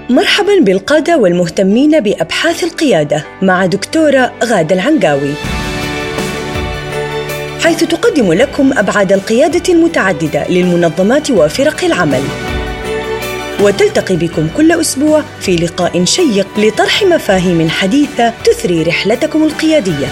مرحباً بالقادة والمهتمين بأبحاث القيادة مع دكتورة غادة العنقاوي، حيث تقدم لكم أبعاد القيادة المتعددة للمنظمات وفرق العمل، وتلتقي بكم كل أسبوع في لقاء شيق لطرح مفاهيم حديثة تثري رحلتكم القيادية.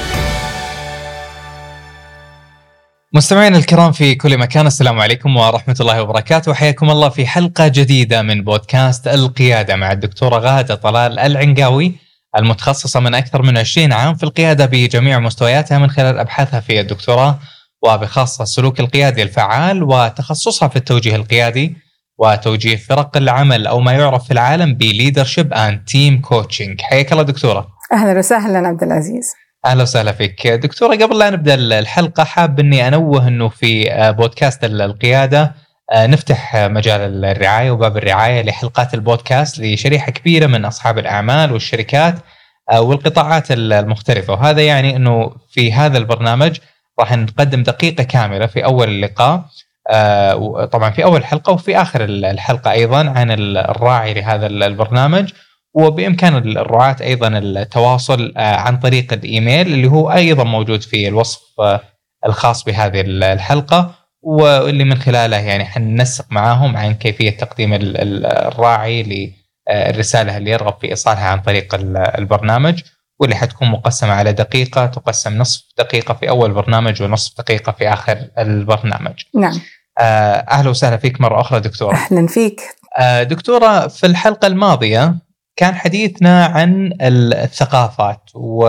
مستمعينا الكرام في كل مكان، السلام عليكم ورحمة الله وبركاته، وحياكم الله في حلقة جديدة من بودكاست القيادة مع الدكتورة غادة طلال العنقاوي، المتخصصة من أكثر من 20 عام في القيادة بجميع مستوياتها من خلال أبحاثها في الدكتوراه، وبخاصة السلوك القيادي الفعال، وتخصصها في التوجيه القيادي وتوجيه فرق العمل أو ما يعرف في العالم بليدرشيب أند تيم كوتشنج. حياك الله دكتورة. أهلا وسهلا عبد العزيز. أهلا وسهلا فيك دكتورة. قبل لا نبدأ الحلقة حاب أني أنوه أنه في بودكاست القيادة نفتح مجال الرعاية وباب الرعاية لحلقات البودكاست لشريحة كبيرة من أصحاب الأعمال والشركات والقطاعات المختلفة، وهذا يعني أنه في هذا البرنامج راح نقدم دقيقة كاملة في أول اللقاء، طبعا في أول حلقة وفي آخر الحلقة أيضا، عن الراعي لهذا البرنامج، وبإمكان الرعاة أيضا التواصل عن طريق الإيميل اللي هو أيضا موجود في الوصف الخاص بهذه الحلقة، واللي من خلاله يعني حننسق معاهم عن كيفية تقديم الراعي للرسالة اللي يرغب في إيصالها عن طريق البرنامج، واللي حتكون مقسمة على دقيقة، تقسم نصف دقيقة في أول برنامج ونصف دقيقة في آخر البرنامج. نعم. أهلا وسهلا فيك مرة أخرى دكتورة. أهلا فيك دكتورة. في الحلقة الماضية كان حديثنا عن الثقافات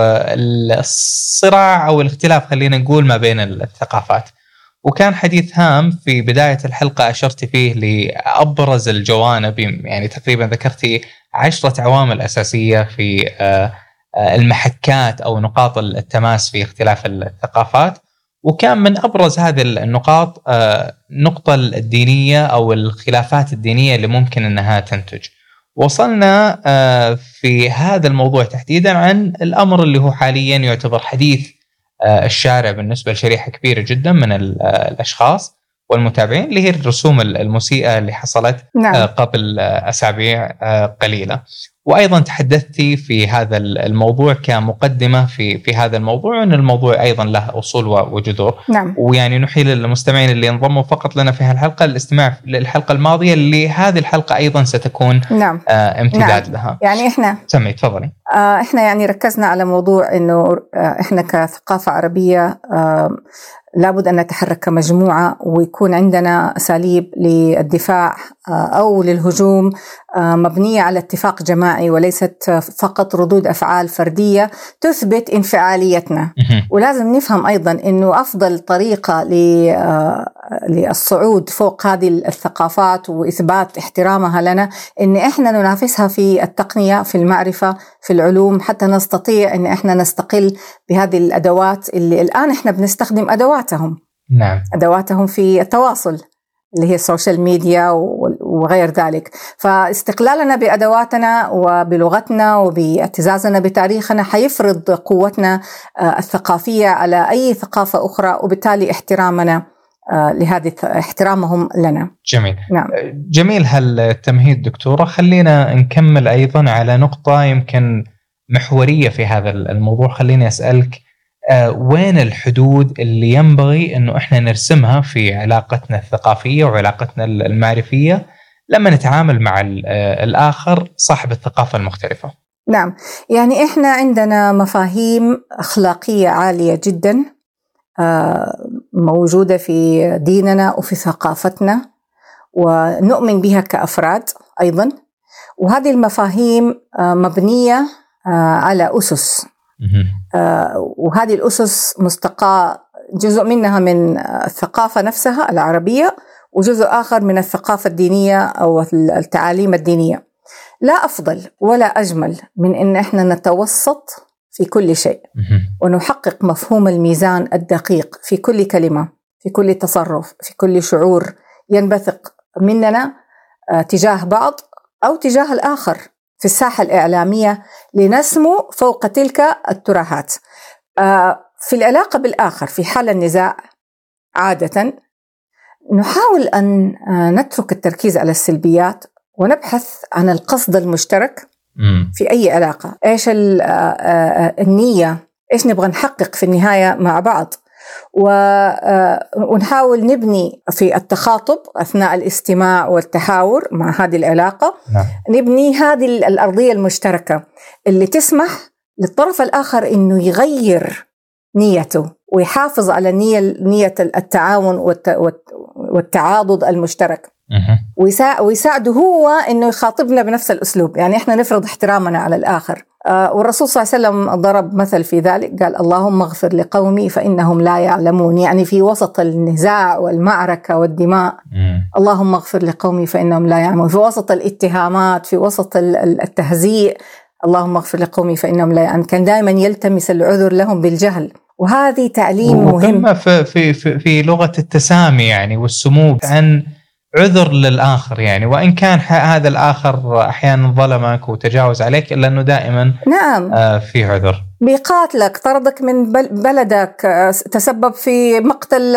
والصراع أو الاختلاف، خلينا نقول، ما بين الثقافات، وكان حديث هام في بداية الحلقة أشرت فيه لأبرز الجوانب، يعني تقريبا ذكرتي 10 عوامل أساسية في المحكات أو نقاط التماس في اختلاف الثقافات، وكان من أبرز هذه النقاط نقطة الدينية أو الخلافات الدينية اللي ممكن أنها تنتج. وصلنا في هذا الموضوع تحديدا عن الأمر اللي هو حاليا يعتبر حديث الشارع بالنسبة لشريحة كبيرة جدا من الأشخاص والمتابعين، اللي هي الرسوم المسيئة اللي حصلت قبل أسابيع قليلة. وأيضا تحدثتي في هذا الموضوع كمقدمة في هذا الموضوع، أن الموضوع أيضا له أصول وجذور. نعم. ويعني نحيل للمستمعين اللي انضموا فقط لنا في هالحلقة الاستماع للحلقة الماضية، اللي هذه الحلقة أيضا ستكون امتداد لها. يعني إحنا سمي تفضلي. إحنا يعني ركزنا على موضوع إنه إحنا كثقافة عربية لابد أن نتحرك كمجموعة، ويكون عندنا أساليب للدفاع أو للهجوم مبنية على اتفاق جماعي، وليست فقط ردود أفعال فردية تثبت انفعاليتنا. ولازم نفهم أيضا أنه أفضل طريقة للصعود فوق هذه الثقافات وإثبات احترامها لنا أن إحنا ننافسها في التقنية، في المعرفة، في العلوم، حتى نستطيع أن إحنا نستقل بهذه الأدوات اللي الآن إحنا بنستخدم أدواتهم. نعم. أدواتهم في التواصل اللي هي السوشيال ميديا وغير ذلك. فاستقلالنا بأدواتنا وبلغتنا وباعتزازنا بتاريخنا حيفرض قوتنا الثقافية على أي ثقافة أخرى، وبالتالي احترامنا لهذه احترامهم لنا. جميل. نعم. جميل هالتمهيد دكتورة. خلينا نكمل أيضا على نقطة يمكن محورية في هذا الموضوع. خليني أسألك وين الحدود اللي ينبغي أنه إحنا نرسمها في علاقتنا الثقافية وعلاقتنا المعرفية لما نتعامل مع الآخر صاحب الثقافة المختلفة؟ نعم. يعني إحنا عندنا مفاهيم أخلاقية عالية جدا موجودة في ديننا وفي ثقافتنا، ونؤمن بها كأفراد أيضا. وهذه المفاهيم مبنية على أسس، وهذه الأسس مستقاة جزء منها من الثقافة نفسها العربية، وجزء آخر من الثقافة الدينية أو التعاليم الدينية. لا أفضل ولا أجمل من أن إحنا نتوسط في كل شيء، ونحقق مفهوم الميزان الدقيق في كل كلمة، في كل تصرف، في كل شعور ينبثق مننا تجاه بعض أو تجاه الآخر في الساحة الإعلامية، لنسمو فوق تلك الترهات. في العلاقة بالآخر في حال النزاع عادة نحاول أن نترك التركيز على السلبيات ونبحث عن القصد المشترك في أي علاقة. إيش النية، إيش نبغى نحقق في النهاية مع بعض، ونحاول نبني في التخاطب أثناء الاستماع والتحاور مع هذه العلاقة. نبني هذه الأرضية المشتركة اللي تسمح للطرف الآخر إنه يغير نيته ويحافظ على نية التعاون والتعاضد المشترك، ويساعده هو إنه يخاطبنا بنفس الأسلوب. يعني إحنا نفرض احترامنا على الآخر. والرسول صلى الله عليه وسلم ضرب مثل في ذلك، قال اللهم اغفر لقومي فإنهم لا يعلمون. يعني في وسط النزاع والمعركة والدماء اللهم اغفر لقومي فإنهم لا يعلمون. في وسط الاتهامات، في وسط التهزيء، اللهم اغفر لقومي فإنهم لا يعلمون. كان دائما يلتمس العذر لهم بالجهل، وهذه تعليم مهم في لغة التسامي يعني والسمو عن عذر للآخر. يعني وإن كان هذا الآخر أحيانا ظلمك وتجاوز عليك، إلا أنه دائما في عذر. بيقاتلك، طردك من بلدك، تسبب في مقتل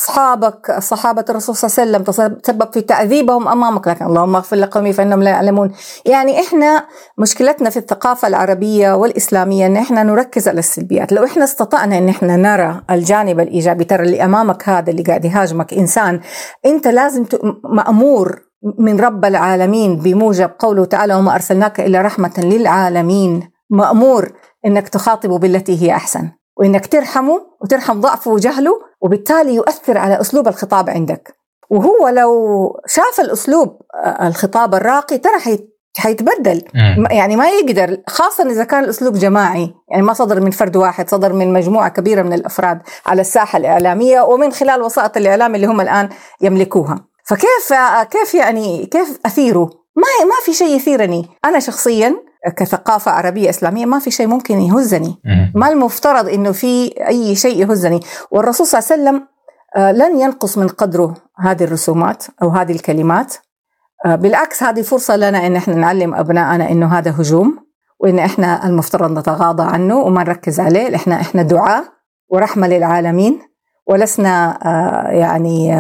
صحابة الرسول صلى الله عليه وسلم، تسبب في تأذيبهم أمامك، لكن اللهم اغفر لقومي فإنهم لا يعلمون. يعني إحنا مشكلتنا في الثقافة العربية والإسلامية إن إحنا نركز على السلبيات. لو إحنا استطعنا إن إحنا نرى الجانب الإيجابي، ترى اللي أمامك هذا اللي قاعد يهاجمك إنسان، أنت لازم مأمور من رب العالمين بموجب قوله تعالى وما أرسلناك إلا رحمة للعالمين، مأمور إنك تخاطبه بالتي هي أحسن، وإنك ترحمه وترحم ضعفه وجهله، وبالتالي يؤثر على أسلوب الخطاب عندك. وهو لو شاف الأسلوب الخطاب الراقي ترى حيتبدل. يعني ما يقدر، خاصة إذا كان الأسلوب جماعي، يعني ما صدر من فرد واحد، صدر من مجموعة كبيرة من الأفراد على الساحة الإعلامية ومن خلال وسائط الإعلام اللي هم الآن يملكوها. فكيف يعني كيف أثيره؟ ما في شيء يثيرني أنا شخصياً كثقافة عربية إسلامية. ما في شيء ممكن يهزني، ما المفترض إنه في أي شيء يهزني. والرسول صلى الله عليه وسلم لن ينقص من قدره هذه الرسومات أو هذه الكلمات. بالعكس، هذه فرصة لنا إن إحنا نعلم أبنائنا إنه هذا هجوم، وإن إحنا المفترض نتغاضى عنه وما نركز عليه. إحنا دعاء ورحمة للعالمين، ولسنا يعني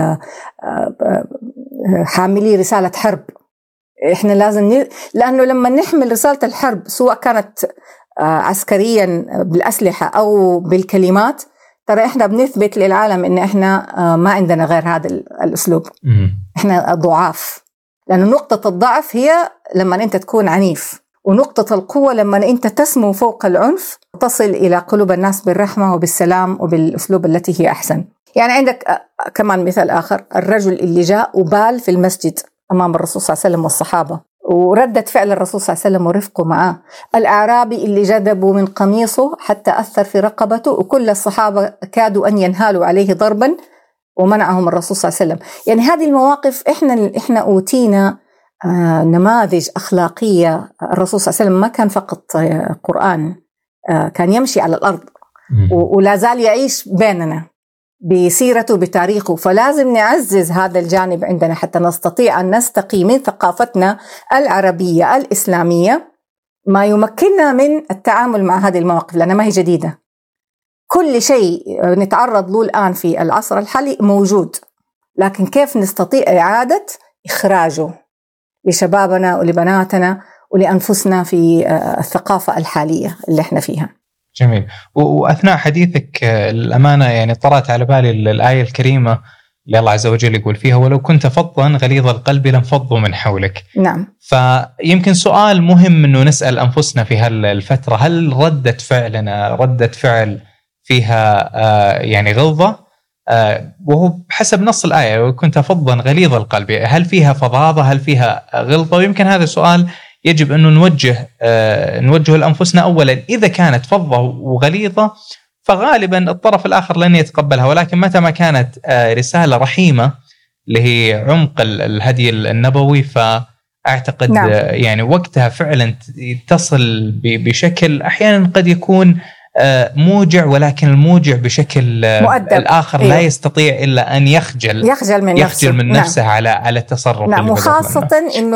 حاملي رسالة حرب. إحنا لازم لأنه لما نحمل رسالة الحرب سواء كانت عسكريا بالأسلحة أو بالكلمات، ترى إحنا بنثبت للعالم إن إحنا ما عندنا غير هذا الأسلوب. إحنا ضعاف، لأن نقطة الضعف هي لما أنت تكون عنيف، ونقطة القوة لما أنت تسمو فوق العنف، تصل إلى قلوب الناس بالرحمة وبالسلام وبالأسلوب التي هي أحسن. يعني عندك كمان مثال آخر، الرجل اللي جاء وبال في المسجد أمام الرسول صلى الله عليه وسلم والصحابة، وردت فعل الرسول صلى الله عليه وسلم ورفقه معاه. الأعرابي اللي جذبوا من قميصه حتى أثر في رقبته، وكل الصحابة كادوا أن ينهالوا عليه ضربا ومنعهم الرسول صلى الله عليه وسلم. يعني هذه المواقف إحنا أوتينا نماذج أخلاقية. الرسول صلى الله عليه وسلم ما كان فقط قرآن، كان يمشي على الأرض ولا زال يعيش بيننا بسيرته بتاريخه. فلازم نعزز هذا الجانب عندنا حتى نستطيع أن نستقي من ثقافتنا العربية الإسلامية ما يمكننا من التعامل مع هذه المواقف، لأنها ما هي جديدة. كل شيء نتعرض له الآن في العصر الحالي موجود، لكن كيف نستطيع إعادة إخراجه لشبابنا ولبناتنا ولأنفسنا في الثقافة الحالية اللي احنا فيها. جميل. وأثناء حديثك الأمانة يعني طرأت على بالي الآية الكريمة اللي الله عز وجل يقول فيها ولو كنت فظا غليظ القلب لانفضوا من حولك. نعم. فيمكن سؤال مهم إنه نسأل أنفسنا في هالفترة، هل ردة فعلنا ردة فعل فيها يعني غلظة، وهو بحسب نص الآية كنت فظا غليظ القلب، هل فيها فظاظة، هل فيها غلظة؟ ويمكن هذا السؤال يجب أنه نوجه لأنفسنا أولا. إذا كانت فظة وغليظة فغالبا الطرف الآخر لن يتقبلها، ولكن متى ما كانت رسالة رحيمة اللي هي عمق الهدي النبوي، فأعتقد نعم. يعني وقتها فعلا تصل بشكل أحيانا قد يكون موجع، ولكن الموجع بشكل مؤدب. الآخر لا يستطيع إلا أن يخجل من نفسه على التصرف. نعم. وخاصة إنه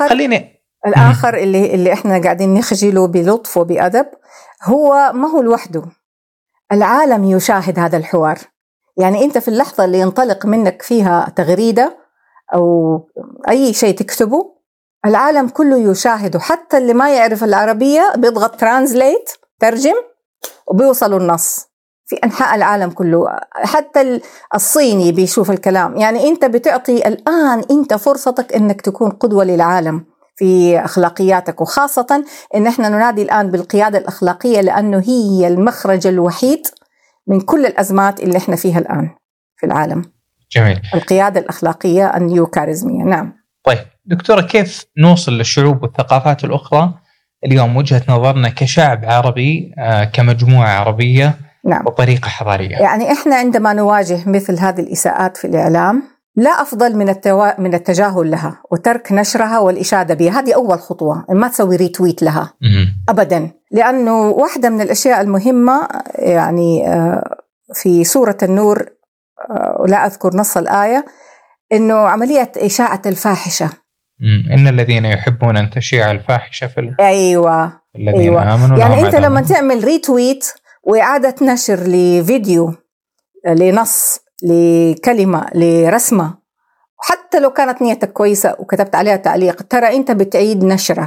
الآخر اللي إحنا قاعدين نخجله بلطف وبأدب هو ما هو لوحده، العالم يشاهد هذا الحوار. يعني أنت في اللحظة اللي ينطلق منك فيها تغريدة أو أي شيء تكتبه، العالم كله يشاهد، حتى اللي ما يعرف العربية بيضغط ترانزليت ترجم وبيوصلوا النص في أنحاء العالم كله، حتى الصيني بيشوف الكلام. يعني أنت بتعطي الآن أنت فرصتك أنك تكون قدوة للعالم في أخلاقياتك، وخاصة أن احنا ننادي الآن بالقيادة الأخلاقية لأنه هي المخرج الوحيد من كل الأزمات اللي احنا فيها الآن في العالم. جميل. القيادة الأخلاقية النيوكاريزمية. نعم. طيب دكتورة، كيف نوصل للشعوب والثقافات الأخرى اليوم وجهة نظرنا كشعب عربي، كمجموعة عربية، نعم، بطريقة حضارية؟ يعني إحنا عندما نواجه مثل هذه الإساءات في الإعلام لا أفضل من التجاهل لها وترك نشرها والإشادة بها. هذه أول خطوة، ما تسوي ريتويت لها أبدا، لأنه واحدة من الأشياء المهمة يعني في سورة النور، ولا أذكر نص الآية، إنه عملية إشاعة الفاحشة. إن الذين يحبون أن تشيع الفاحشة في أيوة. الذين آمنوا. يعني أنت لما تعمل ريتويت وإعادة نشر لفيديو، لنص، لكلمة، لرسمة، حتى لو كانت نيتك كويسة وكتبت عليها تعليق، ترى أنت بتعيد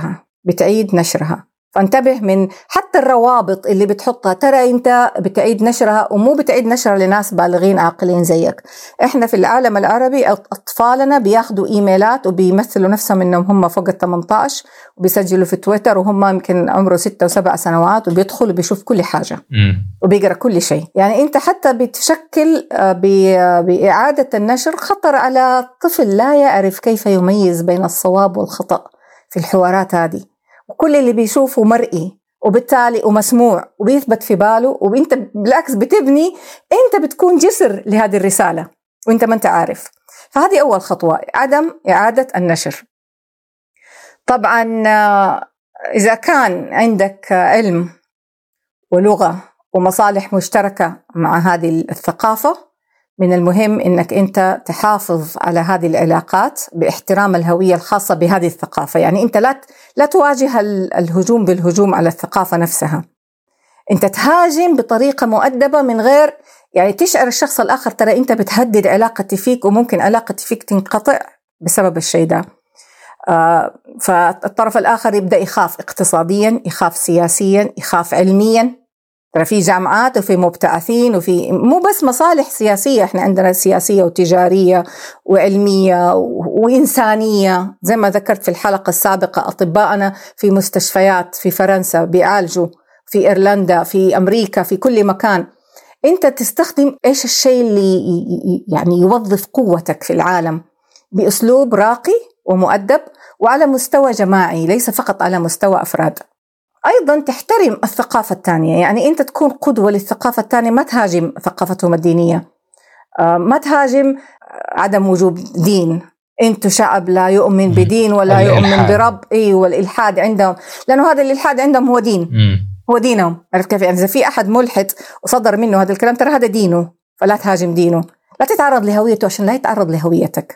نشرها. فانتبه من حتى الروابط اللي بتحطها، ترى أنت بتعيد نشرها، ومو بتعيد نشرها لناس بالغين عاقلين زيك. إحنا في العالم العربي أطفالنا بياخدوا إيميلات وبيمثلوا نفسهم إنهم هم فوق 18 وبيسجلوا في تويتر وهم يمكن عمره 6 و7 سنوات، وبيدخل وبيشوف كل حاجة وبيقرأ كل شيء. يعني أنت حتى بتشكل بإعادة النشر خطر على طفل لا يعرف كيف يميز بين الصواب والخطأ في الحوارات هذه، وكل اللي بيشوفه مرئي وبالتالي ومسموع وبيثبت في باله، وانت بالعكس بتبني، انت بتكون جسر لهذه الرسالة وانت ما انت عارف. فهذه أول خطوة، عدم إعادة النشر. طبعا إذا كان عندك علم ولغة ومصالح مشتركة مع هذه الثقافة، من المهم إنك أنت تحافظ على هذه العلاقات باحترام الهوية الخاصة بهذه الثقافة. يعني أنت لا تواجه الهجوم بالهجوم على الثقافة نفسها، أنت تهاجم بطريقة مؤدبة من غير يعني تشعر الشخص الآخر ترى أنت بتهدد علاقتي فيك، وممكن علاقتي فيك تنقطع بسبب الشيء ده. فالطرف الآخر يبدأ يخاف اقتصاديا، يخاف سياسيا، يخاف علميا. ترى في جامعات وفي مبتعثين وفي مو بس مصالح سياسية، احنا عندنا سياسية وتجارية وعلمية وإنسانية. زي ما ذكرت في الحلقة السابقة، أطباءنا في مستشفيات في فرنسا بيعالجوا، في إيرلندا، في أمريكا، في كل مكان. أنت تستخدم إيش الشيء اللي يعني يوظف قوتك في العالم بأسلوب راقي ومؤدب وعلى مستوى جماعي، ليس فقط على مستوى أفراد. أيضا تحترم الثقافة الثانية، يعني أنت تكون قدوة للثقافة الثانية، ما تهاجم ثقافتهم الدينية، ما تهاجم عدم وجود دين. أنتوا شعب لا يؤمن بدين ولا يؤمن برب. والإلحاد عندهم، لأنه هذا الإلحاد عندهم هو دين، هو دينهم. عرفت كيف؟ يعني إذا في أحد ملحد وصدر منه هذا الكلام، ترى هذا دينه، فلا تهاجم دينه، لا تتعرض لهويته عشان لا يتعرض لهويتك.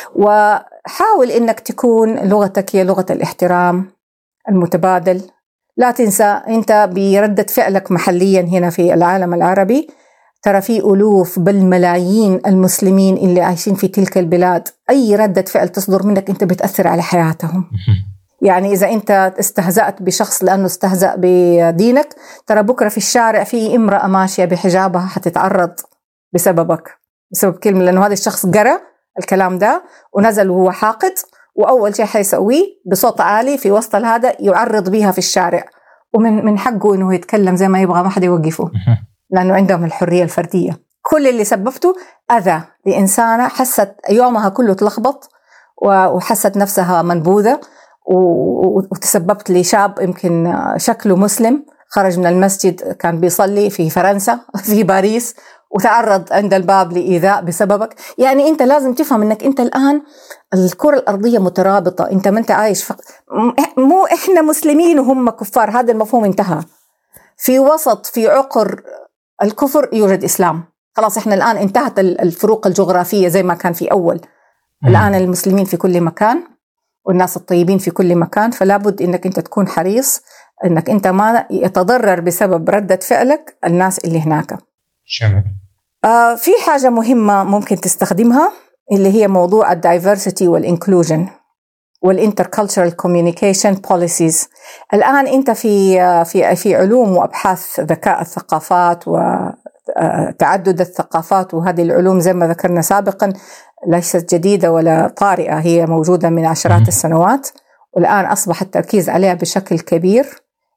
وحاول إنك تكون لغتك هي لغة الاحترام المتبادل. لا تنسى أنت بردة فعلك محليا هنا في العالم العربي، ترى في ألوف بل ملايين المسلمين اللي عايشين في تلك البلاد، أي ردة فعل تصدر منك أنت بتأثر على حياتهم. يعني إذا أنت استهزأت بشخص لأنه استهزأ بدينك، ترى بكرة في الشارع في امرأة ماشية بحجابها حتتعرض بسببك، بسبب كلمة، لأنه هذا الشخص قرأ الكلام ده ونزل وهو حاقد، وأول شيء حيسويه بصوت عالي في وسط هذا يعرض بيها في الشارع، ومن حقه إنه يتكلم زي ما يبغى، ما حد يوقفه، لأنه عندهم الحرية الفردية. كل اللي سببته أذى لإنسانة حست يومها كله تلخبط وحست نفسها منبوذة، وتسببت لشاب يمكن شكله مسلم خرج من المسجد كان بيصلي في فرنسا في باريس وتعرض عند الباب لإيذاء بسببك. يعني أنت لازم تفهم أنك أنت الآن الكرة الأرضية مترابطة، أنت ما أنت عايش مو إحنا مسلمين وهم كفار، هذا المفهوم انتهى. في وسط في عقر الكفر يوجد إسلام، خلاص إحنا الآن انتهت الفروق الجغرافية زي ما كان في أول. الآن المسلمين في كل مكان والناس الطيبين في كل مكان، فلا بد إنك أنت تكون حريص إنك أنت ما يتضرر بسبب ردة فعلك الناس اللي هناك. شمال. في حاجة مهمة ممكن تستخدمها اللي هي موضوع الدايفرسيتي والإنكلوجن، والintercultural communication policies. الآن أنت في علوم وأبحاث ذكاء الثقافات وتعدد الثقافات، وهذه العلوم زي ما ذكرنا سابقا ليست جديدة ولا طارئة، هي موجودة من عشرات السنوات، والآن أصبح التركيز عليها بشكل كبير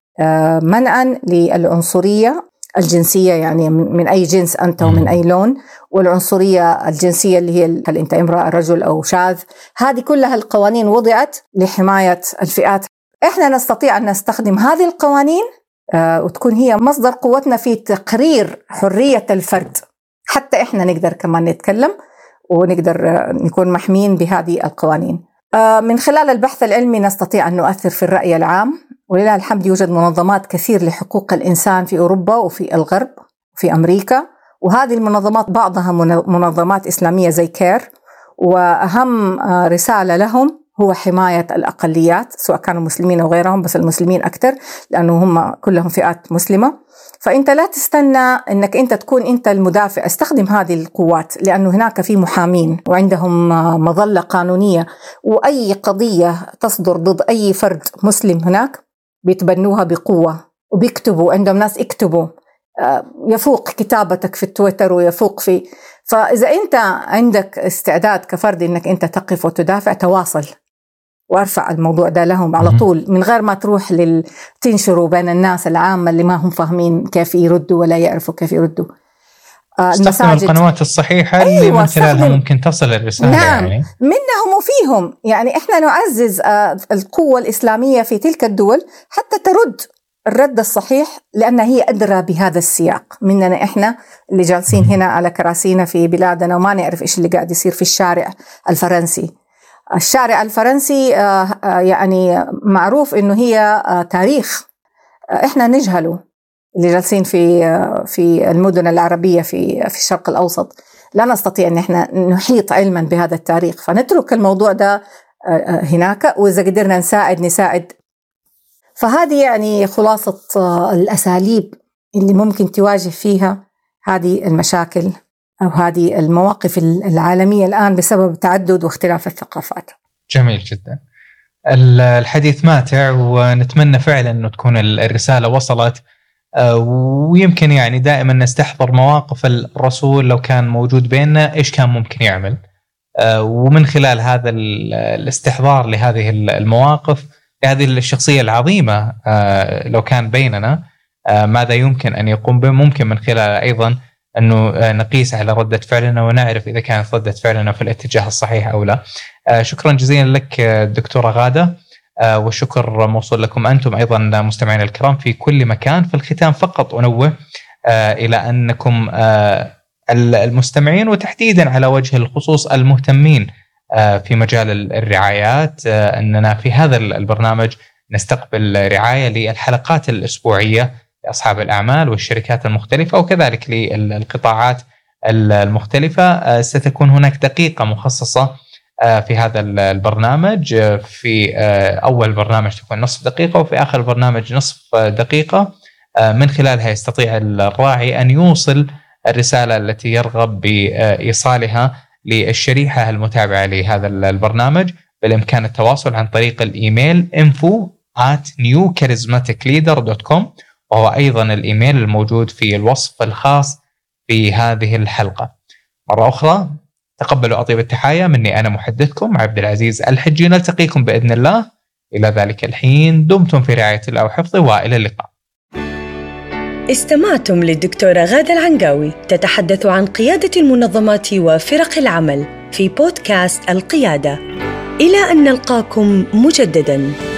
منعا للعنصرية الجنسية، يعني من أي جنس أنت ومن أي لون، والعنصرية الجنسية اللي هي هل أنت امرأة رجل أو شاذ. هذه كلها القوانين وضعت لحماية الفئات. إحنا نستطيع أن نستخدم هذه القوانين وتكون هي مصدر قوتنا في تقرير حرية الفرد، حتى إحنا نقدر كمان نتكلم ونقدر نكون محمين بهذه القوانين. من خلال البحث العلمي نستطيع أن نؤثر في الرأي العام، ولله الحمد يوجد منظمات كثير لحقوق الإنسان في أوروبا وفي الغرب وفي أمريكا، وهذه المنظمات بعضها منظمات إسلامية زي كير، وأهم رسالة لهم هو حماية الأقليات سواء كانوا مسلمين أو غيرهم، بس المسلمين أكثر لأنه هم كلهم فئات مسلمة. فأنت لا تستنى أنك أنت تكون أنت المدافع، استخدم هذه القوات، لأنه هناك في محامين وعندهم مظلة قانونية، وأي قضية تصدر ضد أي فرد مسلم هناك بيتبنوها بقوة وبيكتبوا، عندهم ناس يكتبوا يفوق كتابتك في التويتر ويفوق في. فإذا أنت عندك استعداد كفرد أنك أنت تقف وتدافع، تواصل وارفع الموضوع ده لهم على طول، من غير ما تروح تنشروا بين الناس العامة اللي ما هم فاهمين كيف يردوا ولا يعرفوا كيف يردوا. استخدم القنوات الصحيحة اللي من خلالها ممكن تصل الرسالة. نعم، يعني منهم وفيهم، يعني إحنا نعزز القوة الإسلامية في تلك الدول حتى ترد الرد الصحيح، لأن هي أدرى بهذا السياق مننا إحنا اللي جالسين هنا على كراسينا في بلادنا وما نعرف إيش اللي قاعد يصير في الشارع الفرنسي. الشارع الفرنسي يعني معروف إنه هي تاريخ إحنا نجهله، اللي جالسين في المدن العربية في الشرق الأوسط لا نستطيع إن إحنا نحيط علما بهذا التاريخ، فنترك الموضوع ده هناك، وإذا قدرنا نساعد. فهذه يعني خلاصة الأساليب اللي ممكن تواجه فيها هذه المشاكل أو هذه المواقف العالمية الآن بسبب تعدد واختلاف الثقافات. جميل جدا. الحديث ماتع، ونتمنى فعلا أنه تكون الرسالة وصلت، ويمكن يعني دائما نستحضر مواقف الرسول لو كان موجود بيننا إيش كان ممكن يعمل، ومن خلال هذا الاستحضار لهذه المواقف لهذه الشخصية العظيمة لو كان بيننا ماذا يمكن أن يقوم به، ممكن من خلال أيضا أنه نقيس على ردة فعلنا ونعرف إذا كانت ردة فعلنا في الاتجاه الصحيح أو لا. شكرا جزيلا لك دكتورة غادة، والشكر موصول لكم أنتم أيضا مستمعين الكرام في كل مكان. في الختام فقط أنوه إلى أنكم المستمعين وتحديدا على وجه الخصوص المهتمين في مجال الرعايات، أننا في هذا البرنامج نستقبل رعاية للحلقات الأسبوعية لأصحاب الأعمال والشركات المختلفة، وكذلك للقطاعات المختلفة. ستكون هناك دقيقة مخصصة في هذا البرنامج. في أول برنامج تكون نصف دقيقة، وفي آخر البرنامج نصف دقيقة، من خلالها يستطيع الراعي أن يوصل الرسالة التي يرغب بإيصالها للشريحة المتابعة لهذا البرنامج. بالإمكان التواصل عن طريق الإيميل info@newcharismaticleader.com، وهو أيضا الإيميل الموجود في الوصف الخاص في هذه الحلقة. مرة أخرى تقبلوا أطيب التحايا مني، أنا محدثكم عبد العزيز الحجي. نلتقيكم بإذن الله. إلى ذلك الحين دمتم في رعاية الله وحفظه، وإلى اللقاء. استمعتم للدكتورة غادة العنقاوي تتحدث عن قيادة المنظمات وفرق العمل في بودكاست القيادة. إلى أن نلقاكم مجدداً.